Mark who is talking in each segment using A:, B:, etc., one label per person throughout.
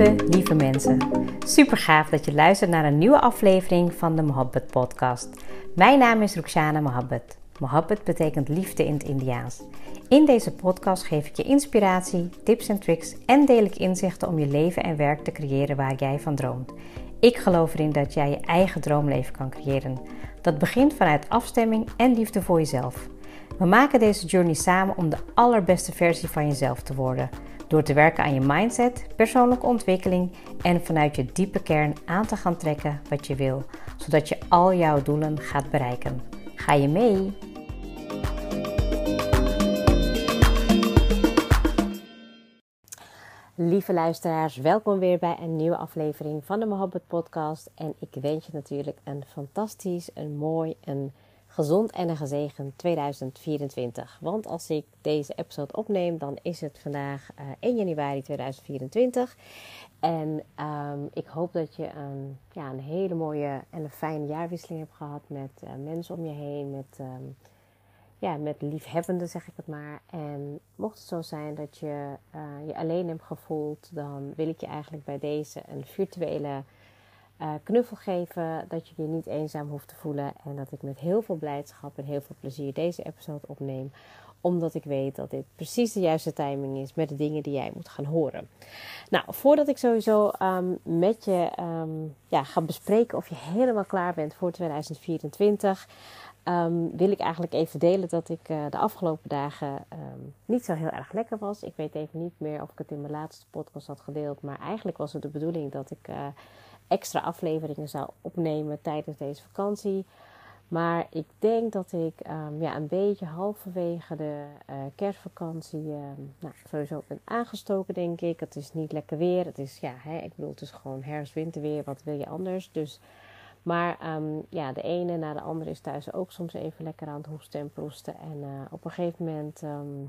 A: Lieve mensen. Super gaaf dat je luistert naar een nieuwe aflevering van de Mohabbat podcast. Mijn naam is Rukhsana Mohabbat. Mohabbat betekent liefde in het Indiaans. In deze podcast geef ik je inspiratie, tips en tricks en deel ik inzichten om je leven en werk te creëren waar jij van droomt. Ik geloof erin dat jij je eigen droomleven kan creëren. Dat begint vanuit afstemming en liefde voor jezelf. We maken deze journey samen om de allerbeste versie van jezelf te worden. Door te werken aan je mindset, persoonlijke ontwikkeling en vanuit je diepe kern aan te gaan trekken wat je wil. Zodat je al jouw doelen gaat bereiken. Ga je mee? Lieve luisteraars, welkom weer bij een nieuwe aflevering van de Mohabbat podcast. En ik wens je natuurlijk een fantastisch, een mooi, een gezond en een gezegend 2024. Want als ik deze episode opneem, dan is het vandaag 1 januari 2024. En ik hoop dat je een hele mooie en een fijne jaarwisseling hebt gehad met mensen om je heen, met liefhebbenden, zeg ik het maar. En mocht het zo zijn dat je je alleen hebt gevoeld, dan wil ik je eigenlijk bij deze een virtuele knuffel geven. Dat je je niet eenzaam hoeft te voelen. En dat ik met heel veel blijdschap en heel veel plezier deze episode opneem. Omdat ik weet dat dit precies de juiste timing is met de dingen die jij moet gaan horen. Nou, voordat ik sowieso met je ga bespreken of je helemaal klaar bent voor 2024... wil ik eigenlijk even delen dat ik de afgelopen dagen niet zo heel erg lekker was. Ik weet even niet meer of ik het in mijn laatste podcast had gedeeld. Maar eigenlijk was het de bedoeling dat ik extra afleveringen zou opnemen tijdens deze vakantie. Maar ik denk dat ik een beetje halverwege de kerstvakantie sowieso ben aangestoken, denk ik. Het is niet lekker weer. Het is, het is gewoon herfst-winterweer. Wat wil je anders? Dus... Maar de ene na de andere is thuis ook soms even lekker aan het hoesten en proesten. En op een gegeven moment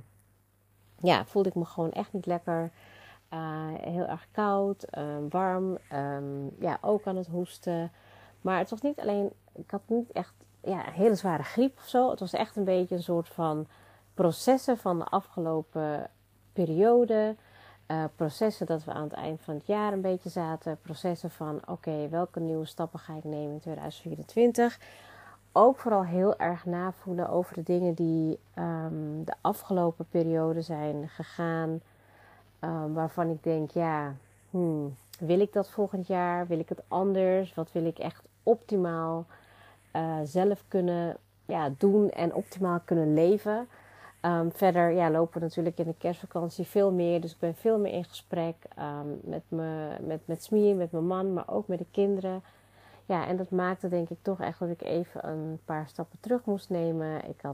A: voelde ik me gewoon echt niet lekker. Heel erg koud, warm, ook aan het hoesten. Maar het was niet alleen, ik had niet echt een hele zware griep of zo. Het was echt een beetje een soort van processen van de afgelopen periode. Processen dat we aan het eind van het jaar een beetje zaten. Processen van welke nieuwe stappen ga ik nemen in 2024. Ook vooral heel erg navoelen over de dingen die de afgelopen periode zijn gegaan. Waarvan ik denk, wil ik dat volgend jaar? Wil ik het anders? Wat wil ik echt optimaal zelf kunnen doen en optimaal kunnen leven? Verder lopen we natuurlijk in de kerstvakantie veel meer. Dus ik ben veel meer in gesprek met Smie, met mijn man, maar ook met de kinderen. Ja, en dat maakte denk ik toch echt dat ik even een paar stappen terug moest nemen. Ik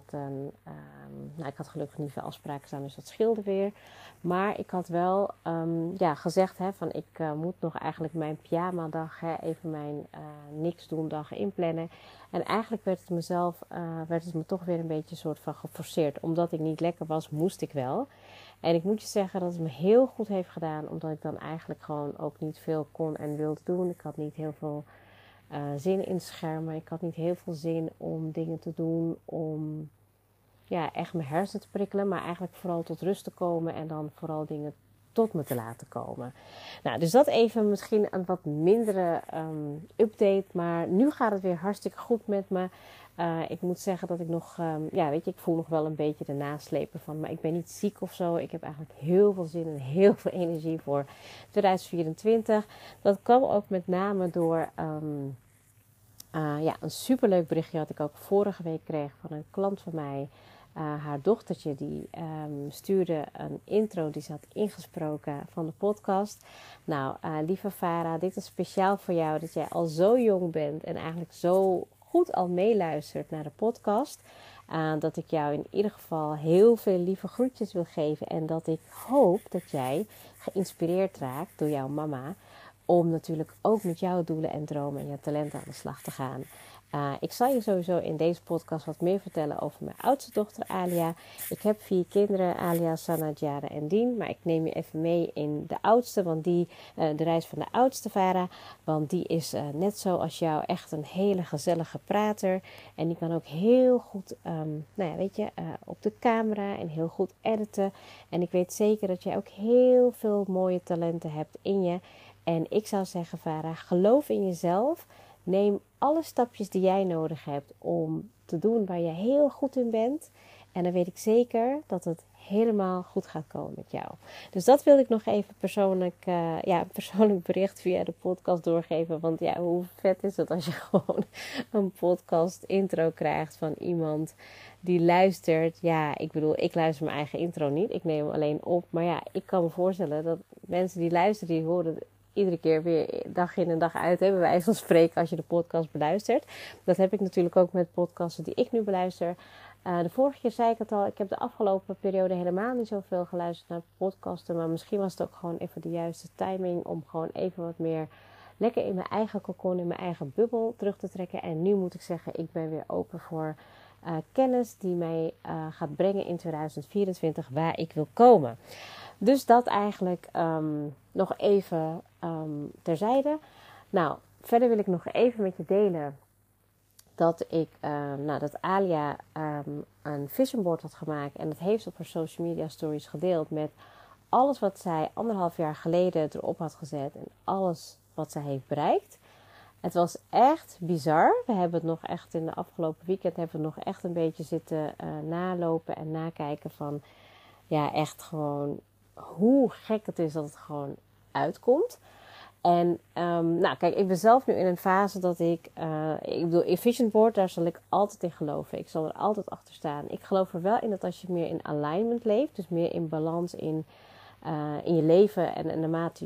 A: had gelukkig niet veel afspraken staan, dus dat scheelde weer. Maar ik had wel gezegd van ik moet nog eigenlijk mijn pyjama-dag, even mijn niks doen dagen inplannen. En eigenlijk werd het me toch weer een beetje een soort van geforceerd. Omdat ik niet lekker was, moest ik wel. En ik moet je zeggen dat het me heel goed heeft gedaan. Omdat ik dan eigenlijk gewoon ook niet veel kon en wilde doen. Ik had niet heel veel zin in schermen. Ik had niet heel veel zin om dingen te doen. Om echt mijn hersenen te prikkelen. Maar eigenlijk vooral tot rust te komen. En dan vooral dingen tot me te laten komen. Nou, dus dat even misschien een wat mindere update. Maar nu gaat het weer hartstikke goed met me. Ik moet zeggen dat ik nog... ik voel nog wel een beetje de naslepen van... Maar ik ben niet ziek of zo. Ik heb eigenlijk heel veel zin en heel veel energie voor 2024. Dat kwam ook met name door... een superleuk berichtje had ik ook vorige week kreeg van een klant van mij. Haar dochtertje die stuurde een intro die ze had ingesproken van de podcast. Nou, lieve Farah, dit is speciaal voor jou dat jij al zo jong bent en eigenlijk zo goed al meeluistert naar de podcast. Dat ik jou in ieder geval heel veel lieve groetjes wil geven. En dat ik hoop dat jij geïnspireerd raakt door jouw mama. Om natuurlijk ook met jouw doelen en dromen en je talenten aan de slag te gaan. Ik zal je sowieso in deze podcast wat meer vertellen over mijn oudste dochter Alia. Ik heb 4 kinderen, Alia, Sana, Jara en Dien. Maar ik neem je even mee in de oudste, want de reis van de oudste Farah. Want die is net zoals jou echt een hele gezellige prater. En die kan ook heel goed op de camera en heel goed editen. En ik weet zeker dat jij ook heel veel mooie talenten hebt in je. En ik zou zeggen, Farah, geloof in jezelf. Neem alle stapjes die jij nodig hebt om te doen waar je heel goed in bent. En dan weet ik zeker dat het helemaal goed gaat komen met jou. Dus dat wil ik nog even een persoonlijk bericht via de podcast doorgeven. Want ja, hoe vet is het als je gewoon een podcast intro krijgt van iemand die luistert. Ja, ik bedoel, ik luister mijn eigen intro niet. Ik neem hem alleen op. Maar ja, ik kan me voorstellen dat mensen die luisteren, die horen iedere keer weer dag in en dag uit, bij wijze van spreken, als je de podcast beluistert. Dat heb ik natuurlijk ook met podcasten die ik nu beluister. De vorige keer zei ik het al, ik heb de afgelopen periode helemaal niet zoveel geluisterd naar podcasten. Maar misschien was het ook gewoon even de juiste timing om gewoon even wat meer lekker in mijn eigen cocon, in mijn eigen bubbel terug te trekken. En nu moet ik zeggen, ik ben weer open voor kennis die mij gaat brengen in 2024 waar ik wil komen. Dus dat eigenlijk nog even terzijde. Nou, verder wil ik nog even met je delen dat ik, dat Alia een vision board had gemaakt. En dat heeft op haar social media stories gedeeld met alles wat zij 1,5 jaar geleden erop had gezet. En alles wat zij heeft bereikt. Het was echt bizar. We hebben het nog echt in de afgelopen weekend hebben we nog echt een beetje zitten nalopen en nakijken van ja, echt gewoon hoe gek het is dat het gewoon uitkomt. En kijk, ik ben zelf nu in een fase dat ik bedoel, in Vision Board, daar zal ik altijd in geloven. Ik zal er altijd achter staan. Ik geloof er wel in dat als je meer in alignment leeft, dus meer in balans in je leven en naarmate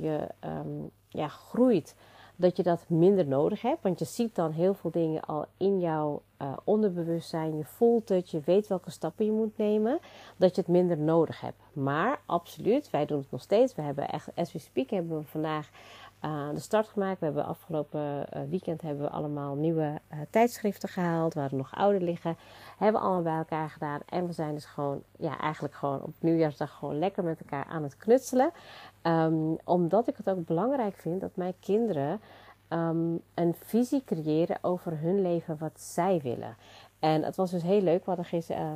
A: je groeit, dat je dat minder nodig hebt. Want je ziet dan heel veel dingen al in jouw onderbewustzijn. Je voelt het, je weet welke stappen je moet nemen. Dat je het minder nodig hebt. Maar absoluut, wij doen het nog steeds. We hebben echt, as we speak, hebben we vandaag de start gemaakt. We hebben afgelopen weekend hebben we allemaal nieuwe tijdschriften gehaald. We hadden nog oude liggen. Hebben we allemaal bij elkaar gedaan. En we zijn dus gewoon, ja, eigenlijk gewoon op nieuwjaarsdag gewoon lekker met elkaar aan het knutselen. Omdat ik het ook belangrijk vind dat mijn kinderen een visie creëren over hun leven wat zij willen. En het was dus heel leuk. We hadden gisteren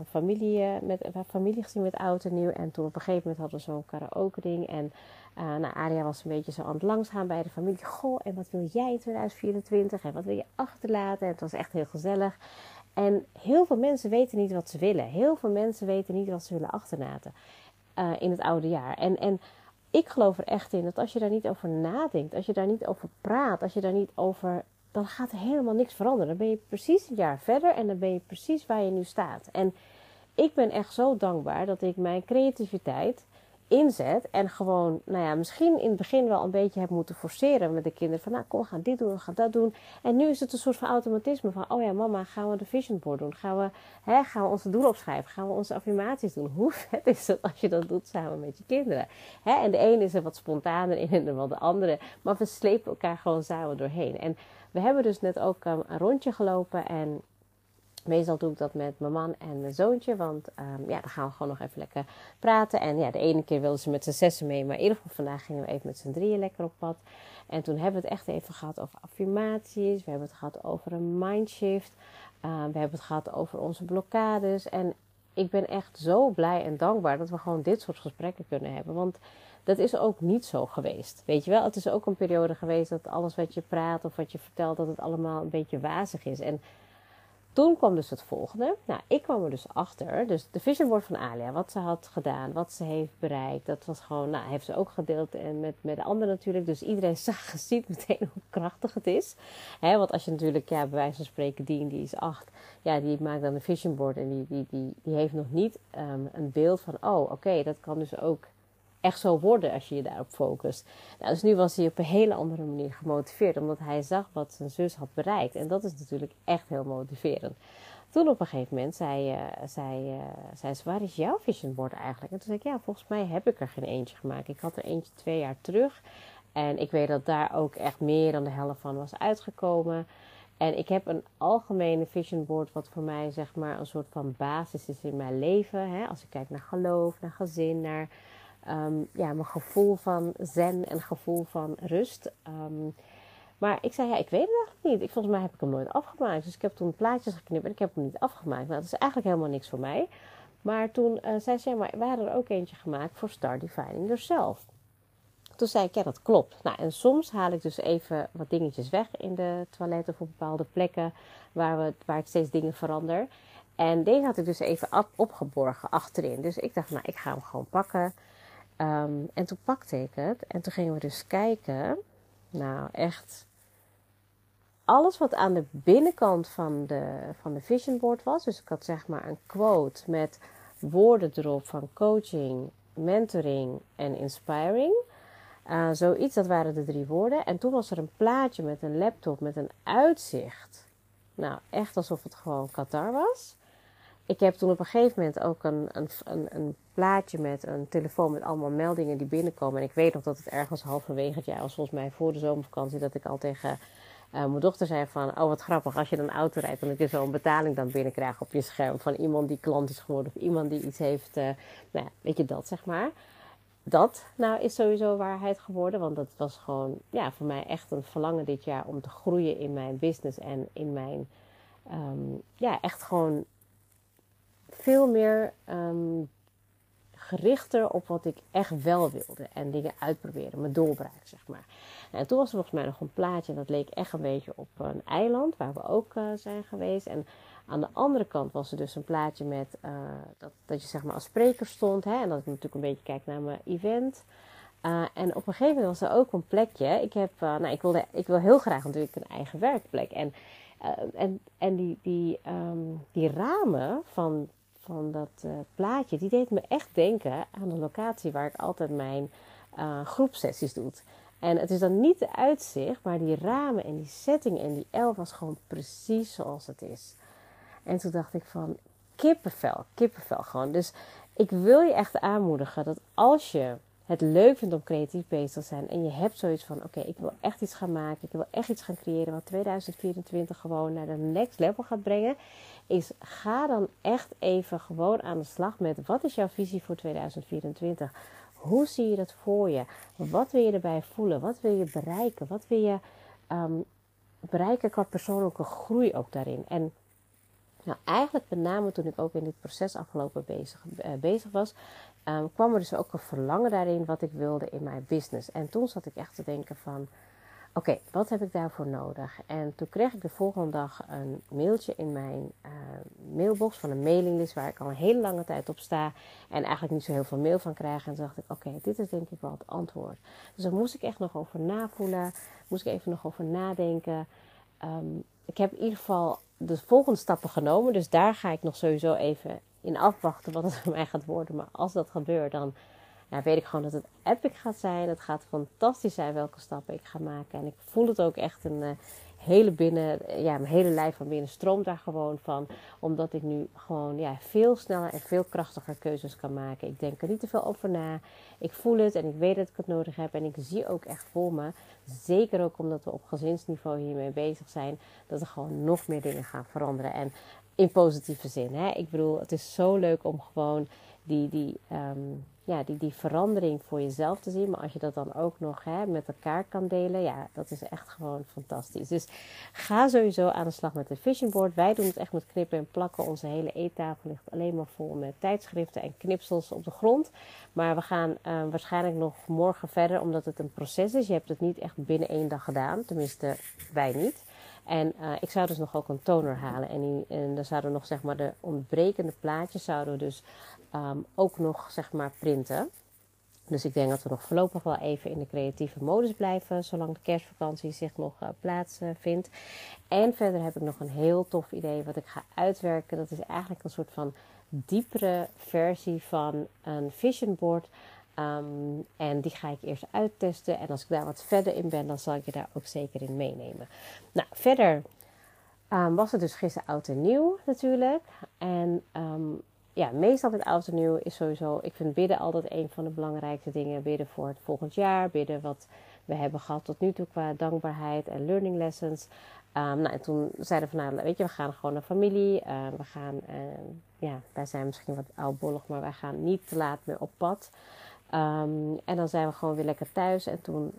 A: familie gezien met oud en nieuw. En toen op een gegeven moment hadden we zo'n karaoke ding. En Aria was een beetje zo aan het langsgaan bij de familie. Goh, en wat wil jij in 2024? En wat wil je achterlaten? En het was echt heel gezellig. En heel veel mensen weten niet wat ze willen. Heel veel mensen weten niet wat ze willen achterlaten in het oude jaar. En ik geloof er echt in dat als je daar niet over nadenkt, als je daar niet over praat, als je daar niet over, dan gaat er helemaal niks veranderen. Dan ben je precies een jaar verder en dan ben je precies waar je nu staat. En ik ben echt zo dankbaar dat ik mijn creativiteit inzet en gewoon, misschien in het begin wel een beetje heb moeten forceren met de kinderen. Van, kom, we gaan dit doen, we gaan dat doen. En nu is het een soort van automatisme van, oh ja, mama, gaan we de vision board doen? Gaan we onze doelen opschrijven? Gaan we onze affirmaties doen? Hoe vet is het als je dat doet samen met je kinderen? En de ene is er wat spontaner in en de andere. Maar we slepen elkaar gewoon samen doorheen. En we hebben dus net ook een rondje gelopen en meestal doe ik dat met mijn man en mijn zoontje. Want dan gaan we gewoon nog even lekker praten. En ja, de ene keer wilden ze met z'n zessen mee. Maar in ieder geval vandaag gingen we even met z'n drieën lekker op pad. En toen hebben we het echt even gehad over affirmaties. We hebben het gehad over een mindshift. We hebben het gehad over onze blokkades. En ik ben echt zo blij en dankbaar dat we gewoon dit soort gesprekken kunnen hebben. Want dat is ook niet zo geweest. Weet je wel, het is ook een periode geweest dat alles wat je praat of wat je vertelt, dat het allemaal een beetje wazig is. En toen kwam dus het volgende. Nou, ik kwam er dus achter. Dus de vision board van Alia, wat ze had gedaan, wat ze heeft bereikt. Dat was gewoon, heeft ze ook gedeeld en met de anderen natuurlijk. Dus iedereen ziet meteen hoe krachtig het is. Want als je natuurlijk, bij wijze van spreken, die is 8. Ja, die maakt dan een vision board. En die heeft nog niet een beeld van, oké, dat kan dus ook echt zo worden als je je daarop focust. Nou, dus nu was hij op een hele andere manier gemotiveerd. Omdat hij zag wat zijn zus had bereikt. En dat is natuurlijk echt heel motiverend. Toen op een gegeven moment zei ze, waar is jouw vision board eigenlijk? En toen zei ik, ja, volgens mij heb ik er geen eentje gemaakt. Ik had er eentje 2 jaar terug. En ik weet dat daar ook echt meer dan de helft van was uitgekomen. En ik heb een algemene vision board wat voor mij zeg maar een soort van basis is in mijn leven. Als ik kijk naar geloof, naar gezin, naar mijn gevoel van zen en gevoel van rust. Maar ik zei, ik weet het eigenlijk niet. Volgens mij heb ik hem nooit afgemaakt. Dus ik heb toen plaatjes geknipt en ik heb hem niet afgemaakt. Nou, dat is eigenlijk helemaal niks voor mij. Maar toen zei ze, maar we hadden er ook eentje gemaakt voor Start Defining Yourself. Toen zei ik, ja, dat klopt. Nou, en soms haal ik dus even wat dingetjes weg in de toilet of op bepaalde plekken waar ik steeds dingen verander. En deze had ik dus even opgeborgen achterin. Dus ik dacht, nou, ik ga hem gewoon pakken. En toen pakte ik het. En toen gingen we dus kijken. Nou, echt alles wat aan de binnenkant van de vision board was. Dus ik had zeg maar een quote met woorden erop van coaching, mentoring en inspiring. Zoiets, dat waren de 3 woorden. En toen was er een plaatje met een laptop met een uitzicht. Nou, echt alsof het gewoon Qatar was. Ik heb toen op een gegeven moment ook een plaatje met een telefoon met allemaal meldingen die binnenkomen. En ik weet nog dat het ergens halverwege het jaar was, volgens mij voor de zomervakantie, dat ik al tegen mijn dochter zei van, oh wat grappig, als je dan auto rijdt, dan heb je zo'n betaling dan binnenkrijgt op je scherm van iemand die klant is geworden of iemand die iets heeft, nou ja, weet je dat zeg maar. Dat nou is sowieso waarheid geworden, want dat was gewoon ja, voor mij echt een verlangen dit jaar om te groeien in mijn business en in mijn, ja echt gewoon veel meer gerichter op wat ik echt wel wilde. En dingen uitproberen, mijn doorbraak, zeg maar. En toen was er volgens mij nog een plaatje. Dat leek echt een beetje op een eiland, waar we ook zijn geweest. En aan de andere kant was er dus een plaatje met dat je zeg maar als spreker stond. Hè, en dat ik natuurlijk een beetje kijk naar mijn event. En op een gegeven moment was er ook een plekje. Ik wil heel graag natuurlijk een eigen werkplek. En die ramen van dat plaatje, die deed me echt denken aan de locatie waar ik altijd mijn groepsessies doe. En het is dan niet de uitzicht, maar die ramen en die setting en die elf was gewoon precies zoals het is. En toen dacht ik van, kippenvel gewoon. Dus ik wil je echt aanmoedigen dat als je het leuk vindt om creatief bezig te zijn en je hebt zoiets van, oké, ik wil echt iets gaan maken, ik wil echt iets gaan creëren wat 2024 gewoon naar de next level gaat brengen, is ga dan echt even gewoon aan de slag met wat is jouw visie voor 2024? Hoe zie je dat voor je? Wat wil je erbij voelen? Wat wil je bereiken? Wat wil je bereiken qua persoonlijke groei ook daarin? En nou, eigenlijk met name toen ik ook in dit proces afgelopen bezig was, kwam er dus ook een verlangen daarin wat ik wilde in mijn business. En toen zat ik echt te denken van, oké, wat heb ik daarvoor nodig? En toen kreeg ik de volgende dag een mailtje in mijn mailbox van een mailinglist waar ik al een hele lange tijd op sta en eigenlijk niet zo heel veel mail van krijg. En toen dacht ik, oké, dit is denk ik wel het antwoord. Dus daar moest ik echt nog over navoelen, moest ik even nog over nadenken. Ik heb in ieder geval de volgende stappen genomen, dus daar ga ik nog sowieso even in afwachten wat het voor mij gaat worden. Maar als dat gebeurt, dan weet ik gewoon dat het epic gaat zijn. Het gaat fantastisch zijn welke stappen ik ga maken. En ik voel het ook echt mijn hele lijf van binnen stroomt daar gewoon van. Omdat ik nu gewoon veel sneller en veel krachtiger keuzes kan maken. Ik denk er niet te veel over na. Ik voel het en ik weet dat ik het nodig heb. En ik zie ook echt voor me, zeker ook omdat we op gezinsniveau hiermee bezig zijn, dat er gewoon nog meer dingen gaan veranderen. En in positieve zin. Hè? Ik bedoel, het is zo leuk om gewoon die verandering voor jezelf te zien. Maar als je dat dan ook nog met elkaar kan delen. Ja, dat is echt gewoon fantastisch. Dus ga sowieso aan de slag met de vision board. Wij doen het echt met knippen en plakken. Onze hele eettafel ligt alleen maar vol met tijdschriften en knipsels op de grond. Maar we gaan waarschijnlijk nog morgen verder. Omdat het een proces is. Je hebt het niet echt binnen 1 dag gedaan. Tenminste, wij niet. En ik zou dus nog ook een toner halen. En dan zouden we nog zeg maar de ontbrekende plaatjes zouden we dus ook nog zeg maar printen. Dus ik denk dat we nog voorlopig wel even in de creatieve modus blijven. Zolang de kerstvakantie zich nog plaatsvindt. En verder heb ik nog een heel tof idee wat ik ga uitwerken. Dat is eigenlijk een soort van diepere versie van een vision board. En die ga ik eerst uittesten. En als ik daar wat verder in ben, dan zal ik je daar ook zeker in meenemen. Nou, verder was het dus gisteren oud en nieuw natuurlijk. En meestal met oud en nieuw is sowieso, ik vind bidden altijd een van de belangrijkste dingen. Bidden voor het volgend jaar. Bidden wat we hebben gehad tot nu toe qua dankbaarheid en learning lessons. En toen zeiden we van, weet je, we gaan gewoon naar familie. We gaan, wij zijn misschien wat oudbollig, maar wij gaan niet te laat meer op pad. En dan zijn we gewoon weer lekker thuis. En toen,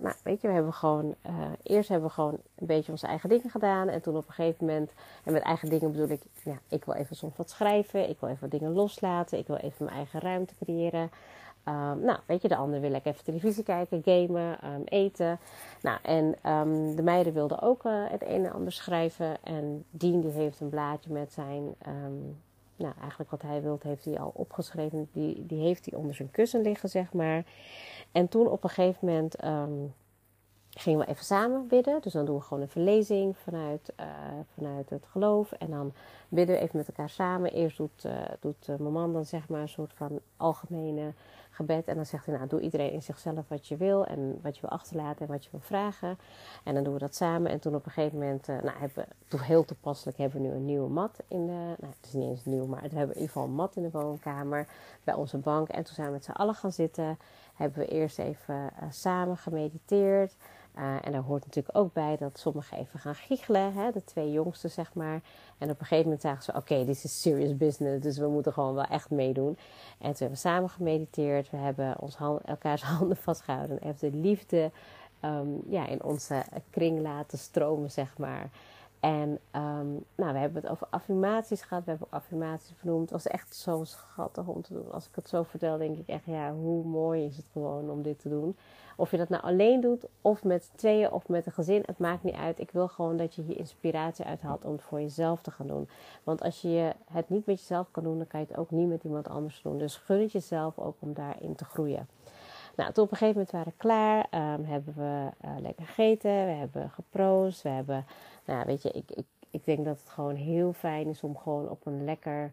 A: eerst hebben we gewoon een beetje onze eigen dingen gedaan. En toen op een gegeven moment, en met eigen dingen bedoel ik, ik wil even soms wat schrijven. Ik wil even wat dingen loslaten. Ik wil even mijn eigen ruimte creëren. Nou, weet je, de ander wil lekker even televisie kijken, gamen, eten. Nou, en de meiden wilden ook het een en ander schrijven. En Dien die heeft een blaadje met zijn... nou, eigenlijk wat hij wilt heeft hij al opgeschreven. Die heeft hij onder zijn kussen liggen, zeg maar. En toen op een gegeven moment gingen we even samen bidden. Dus dan doen we gewoon een verlezing vanuit het geloof. En dan bidden we even met elkaar samen. Eerst doet mijn man dan zeg maar een soort van algemene gebed. En dan zegt hij, nou doe iedereen in zichzelf wat je wil. En wat je wil achterlaten en wat je wil vragen. En dan doen we dat samen. En toen op een gegeven moment, heel toepasselijk hebben we nu een nieuwe mat in de... Nou, het is niet eens nieuw, maar we hebben in ieder geval een mat in de woonkamer. Bij onze bank. En toen zijn we met z'n allen gaan zitten. Hebben we eerst even samen gemediteerd. En daar hoort natuurlijk ook bij dat sommigen even gaan giechelen. Hè, de 2 jongsten, zeg maar. En op een gegeven moment zagen ze, oké, dit is serious business. Dus we moeten gewoon wel echt meedoen. En toen hebben we samen gemediteerd. We hebben elkaars handen vastgehouden. En even de liefde in onze kring laten stromen, zeg maar. En we hebben het over affirmaties gehad. We hebben affirmaties benoemd. Het was echt zo schattig om te doen. Als ik het zo vertel, denk ik echt, ja, hoe mooi is het gewoon om dit te doen. Of je dat nou alleen doet, of met 2 tweeën, of met een gezin. Het maakt niet uit. Ik wil gewoon dat je hier inspiratie uithaalt om het voor jezelf te gaan doen. Want als je het niet met jezelf kan doen, dan kan je het ook niet met iemand anders doen. Dus gun het jezelf ook om daarin te groeien. Nou, toen op een gegeven moment waren we klaar, hebben we lekker gegeten, we hebben geproost, we hebben, nou weet je, ik denk dat het gewoon heel fijn is om gewoon op een lekker,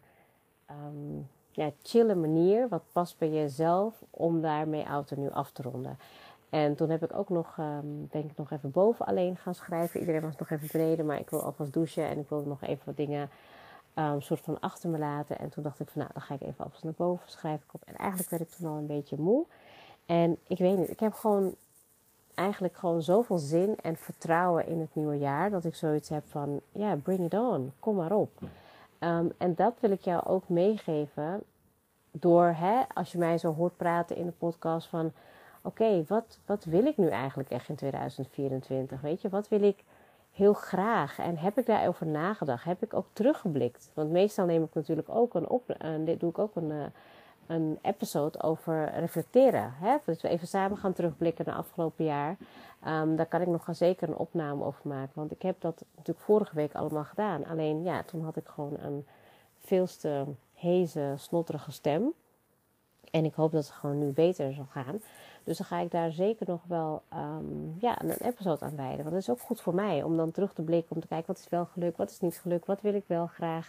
A: chille manier, wat past bij jezelf, om daarmee oud en nieuw af te ronden. En toen heb ik ook nog, ben ik nog even boven alleen gaan schrijven. Iedereen was nog even beneden, maar ik wil alvast douchen en ik wilde nog even wat dingen soort van achter me laten. En toen dacht ik van, nou, dan ga ik even alvast naar boven, schrijf ik op. En eigenlijk werd ik toen al een beetje moe. En ik weet niet, ik heb eigenlijk gewoon zoveel zin en vertrouwen in het nieuwe jaar. Dat ik zoiets heb van, ja, bring it on, kom maar op. En dat wil ik jou ook meegeven door, als je mij zo hoort praten in de podcast van... Oké, wat wil ik nu eigenlijk echt in 2024? Weet je, wat wil ik heel graag? En heb ik daarover nagedacht? Heb ik ook teruggeblikt? Want meestal neem ik natuurlijk ook doe ik ook een episode over reflecteren. Dat we even samen gaan terugblikken naar afgelopen jaar. Daar kan ik nog zeker een opname over maken. Want ik heb dat natuurlijk vorige week allemaal gedaan. Alleen ja, toen had ik gewoon een veelste heze, snotterige stem. En ik hoop dat het gewoon nu beter zal gaan. Dus dan ga ik daar zeker nog wel een episode aan wijden. Want dat is ook goed voor mij. Om dan terug te blikken. Om te kijken wat is wel gelukt. Wat is niet gelukt. Wat wil ik wel graag.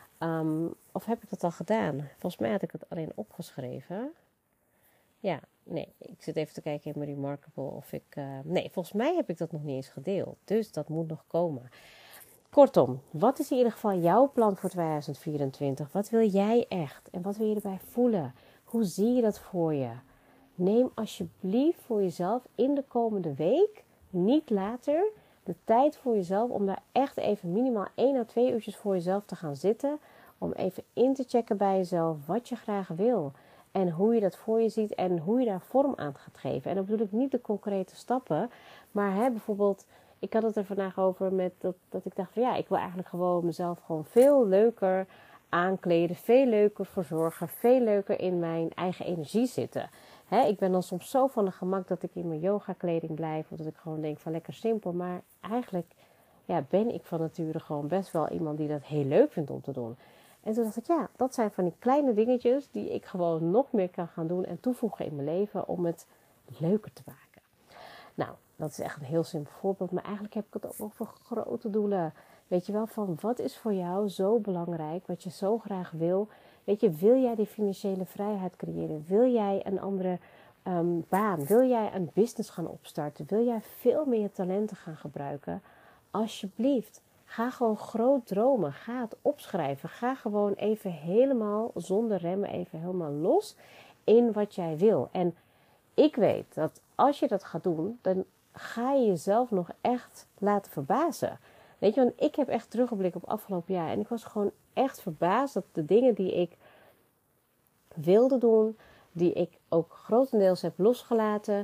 A: Of heb ik dat al gedaan? Volgens mij had ik het alleen opgeschreven. Ja, nee. Ik zit even te kijken in mijn Remarkable. Nee, volgens mij heb ik dat nog niet eens gedeeld. Dus dat moet nog komen. Kortom, wat is in ieder geval jouw plan voor 2024? Wat wil jij echt? En wat wil je erbij voelen? Hoe zie je dat voor je? Neem alsjeblieft voor jezelf in de komende week, niet later, de tijd voor jezelf om daar echt even minimaal 1 à 2 uurtjes voor jezelf te gaan zitten. Om even in te checken bij jezelf wat je graag wil. En hoe je dat voor je ziet en hoe je daar vorm aan gaat geven. En dan bedoel ik niet de concrete stappen, maar bijvoorbeeld... Ik had het er vandaag over met dat ik dacht van ja, ik wil eigenlijk gewoon mezelf gewoon veel leuker aankleden. Veel leuker verzorgen. Veel leuker in mijn eigen energie zitten. Ik ben dan soms zo van de gemak dat ik in mijn yoga kleding blijf. Of dat ik gewoon denk van lekker simpel. Maar eigenlijk ben ik van nature gewoon best wel iemand die dat heel leuk vindt om te doen. En toen dacht ik ja, dat zijn van die kleine dingetjes die ik gewoon nog meer kan gaan doen en toevoegen in mijn leven om het leuker te maken. Nou, dat is echt een heel simpel voorbeeld. Maar eigenlijk heb ik het ook over grote doelen. Weet je wel, van wat is voor jou zo belangrijk, wat je zo graag wil. Weet je, wil jij die financiële vrijheid creëren? Wil jij een andere baan? Wil jij een business gaan opstarten? Wil jij veel meer je talenten gaan gebruiken? Alsjeblieft, ga gewoon groot dromen. Ga het opschrijven. Ga gewoon even helemaal zonder remmen, even helemaal los in wat jij wil. En ik weet dat als je dat gaat doen, dan ga je jezelf nog echt laten verbazen. Weet je, want ik heb echt teruggeblikt op afgelopen jaar. En ik was gewoon echt verbaasd dat de dingen die ik wilde doen, die ik ook grotendeels heb losgelaten,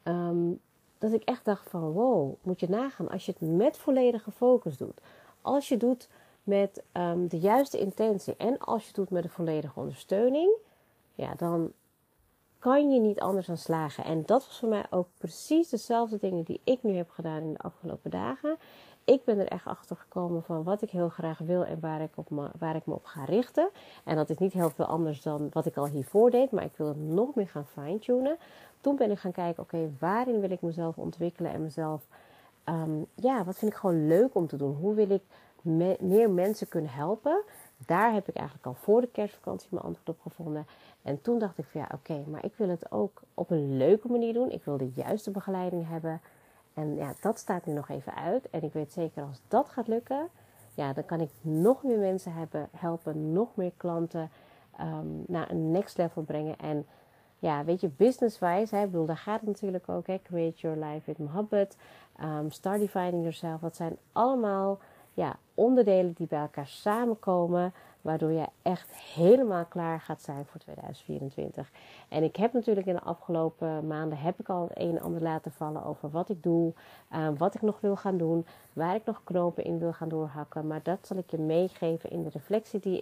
A: dat ik echt dacht van wow, moet je nagaan. Als je het met volledige focus doet. Als je doet met de juiste intentie en als je het doet met een volledige ondersteuning, ja, dan kan je niet anders dan slagen. En dat was voor mij ook precies dezelfde dingen die ik nu heb gedaan in de afgelopen dagen. Ik ben er echt achter gekomen van wat ik heel graag wil en waar ik me op ga richten. En dat is niet heel veel anders dan wat ik al hiervoor deed, maar ik wil het nog meer gaan fine-tunen. Toen ben ik gaan kijken, oké, waarin wil ik mezelf ontwikkelen en mezelf, wat vind ik gewoon leuk om te doen? Hoe wil ik meer mensen kunnen helpen? Daar heb ik eigenlijk al voor de kerstvakantie mijn antwoord op gevonden. En toen dacht ik van oké, maar ik wil het ook op een leuke manier doen. Ik wil de juiste begeleiding hebben. En dat staat nu nog even uit. En ik weet zeker als dat gaat lukken, dan kan ik nog meer mensen helpen, nog meer klanten naar een next level brengen. En weet je, business-wise, daar gaat het natuurlijk ook. Create your life with Mohabbat, start defining yourself. Dat zijn allemaal onderdelen die bij elkaar samenkomen, waardoor je echt helemaal klaar gaat zijn voor 2024. En ik heb natuurlijk in de afgelopen maanden al het een en ander laten vallen over wat ik doe, wat ik nog wil gaan doen, waar ik nog knopen in wil gaan doorhakken. Maar dat zal ik je meegeven in de reflectie die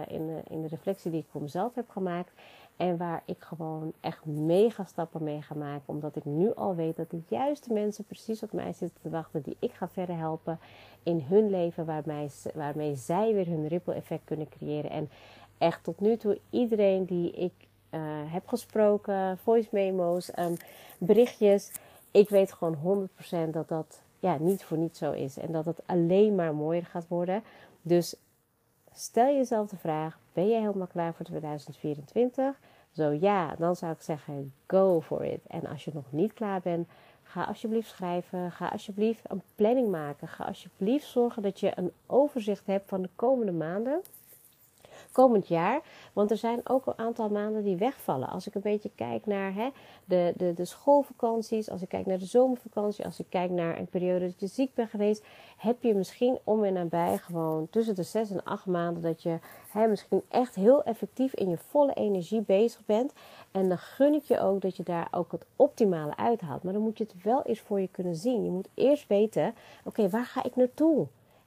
A: ik voor mezelf heb gemaakt. En waar ik gewoon echt mega stappen mee ga maken. Omdat ik nu al weet dat de juiste mensen precies op mij zitten te wachten. Die ik ga verder helpen in hun leven. Waarmee zij weer hun ripple effect kunnen creëren. En echt tot nu toe iedereen die ik heb gesproken. Voice memo's, berichtjes. Ik weet gewoon 100% dat dat niet voor niets zo is. En dat het alleen maar mooier gaat worden. Dus stel jezelf de vraag, ben je helemaal klaar voor 2024? Zo ja, dan zou ik zeggen, go for it. En als je nog niet klaar bent, ga alsjeblieft schrijven. Ga alsjeblieft een planning maken. Ga alsjeblieft zorgen dat je een overzicht hebt van de komende maanden. Komend jaar, want er zijn ook een aantal maanden die wegvallen. Als ik een beetje kijk naar de schoolvakanties, als ik kijk naar de zomervakantie, als ik kijk naar een periode dat je ziek bent geweest, heb je misschien om en nabij gewoon tussen de 6 en 8 maanden dat je misschien echt heel effectief in je volle energie bezig bent. En dan gun ik je ook dat je daar ook het optimale uithaalt. Maar dan moet je het wel eens voor je kunnen zien. Je moet eerst weten, oké, waar ga ik naartoe?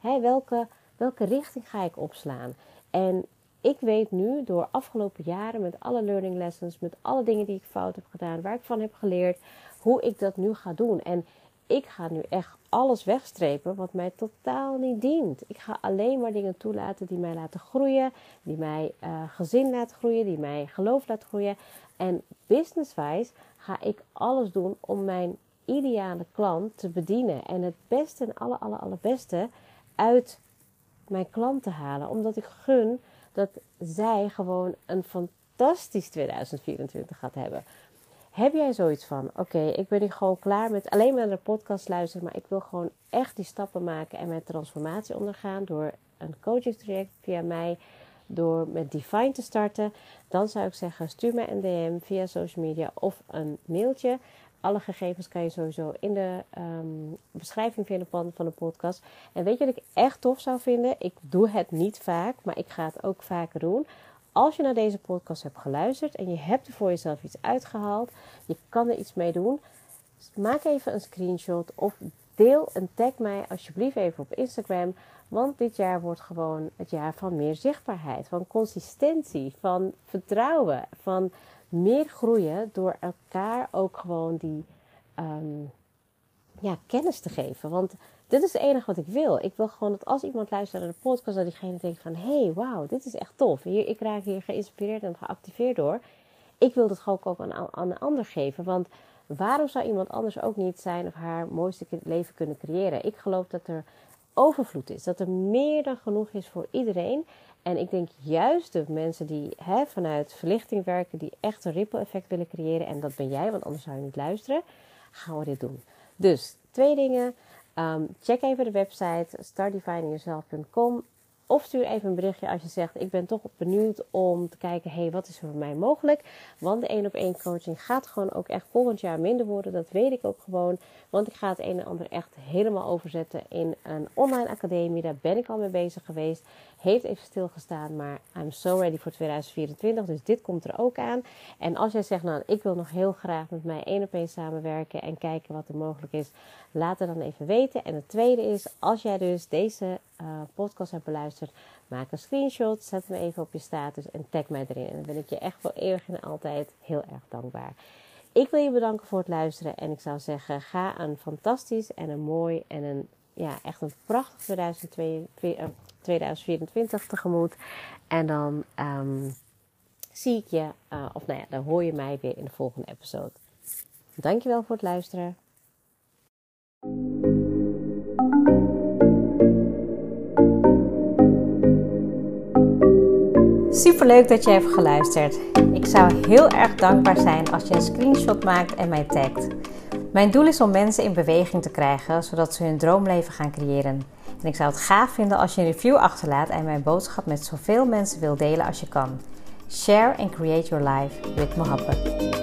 A: Welke richting ga ik opslaan? En ik weet nu, door afgelopen jaren met alle learning lessons, met alle dingen die ik fout heb gedaan, waar ik van heb geleerd, hoe ik dat nu ga doen. En ik ga nu echt alles wegstrepen wat mij totaal niet dient. Ik ga alleen maar dingen toelaten die mij laten groeien, die mij gezin laten groeien, die mij geloof laten groeien. En business-wise ga ik alles doen om mijn ideale klant te bedienen. En het beste en allerbeste uit mijn klant te halen. Omdat ik gun dat zij gewoon een fantastisch 2024 gaat hebben. Heb jij zoiets van, oké, ik ben hier gewoon klaar met alleen maar naar de podcast luisteren, maar ik wil gewoon echt die stappen maken en mijn transformatie ondergaan door een coachingstraject via mij, door met Define te starten, dan zou ik zeggen, stuur mij een DM via social media of een mailtje. Alle gegevens kan je sowieso in de beschrijving vinden van de podcast. En weet je wat ik echt tof zou vinden? Ik doe het niet vaak, maar ik ga het ook vaker doen. Als je naar deze podcast hebt geluisterd en je hebt er voor jezelf iets uitgehaald, je kan er iets mee doen, maak even een screenshot of deel en tag mij alsjeblieft even op Instagram. Want dit jaar wordt gewoon het jaar van meer zichtbaarheid, van consistentie, van vertrouwen, van meer groeien door elkaar ook gewoon die kennis te geven. Want dit is het enige wat ik wil. Ik wil gewoon dat als iemand luistert naar de podcast, dat diegene denkt van, hey, wauw, dit is echt tof. Ik raak hier geïnspireerd en geactiveerd door. Ik wil dat gewoon ook aan een ander geven. Want waarom zou iemand anders ook niet zijn of haar mooiste leven kunnen creëren? Ik geloof dat er overvloed is. Dat er meer dan genoeg is voor iedereen. En ik denk juist de mensen die vanuit verlichting werken, die echt een ripple effect willen creëren. En dat ben jij, want anders zou je niet luisteren. Gaan we dit doen. Dus 2 dingen. Check even de website startdefiningyourself.com. Of stuur even een berichtje als je zegt, ik ben toch benieuwd om te kijken, wat is er voor mij mogelijk? Want de 1-op-1 coaching gaat gewoon ook echt volgend jaar minder worden. Dat weet ik ook gewoon. Want ik ga het een en ander echt helemaal overzetten in een online academie. Daar ben ik al mee bezig geweest. Heeft even stilgestaan, maar I'm so ready voor 2024. Dus dit komt er ook aan. En als jij zegt, nou, ik wil nog heel graag met mij 1-op-1 samenwerken en kijken wat er mogelijk is, laat het dan even weten. En het tweede is, als jij dus deze podcast hebt beluisterd, maak een screenshot, zet hem even op je status en tag mij erin. En dan ben ik je echt voor eeuwig en altijd heel erg dankbaar. Ik wil je bedanken voor het luisteren en ik zou zeggen, ga een fantastisch en een mooi en echt een prachtig 2024 tegemoet. En dan zie ik je, dan hoor je mij weer in de volgende episode. Dankjewel voor het luisteren. Superleuk dat je hebt geluisterd. Ik zou heel erg dankbaar zijn als je een screenshot maakt en mij tagt. Mijn doel is om mensen in beweging te krijgen, zodat ze hun droomleven gaan creëren. En ik zou het gaaf vinden als je een review achterlaat en mijn boodschap met zoveel mensen wil delen als je kan. Share and create your life with Mohabbat.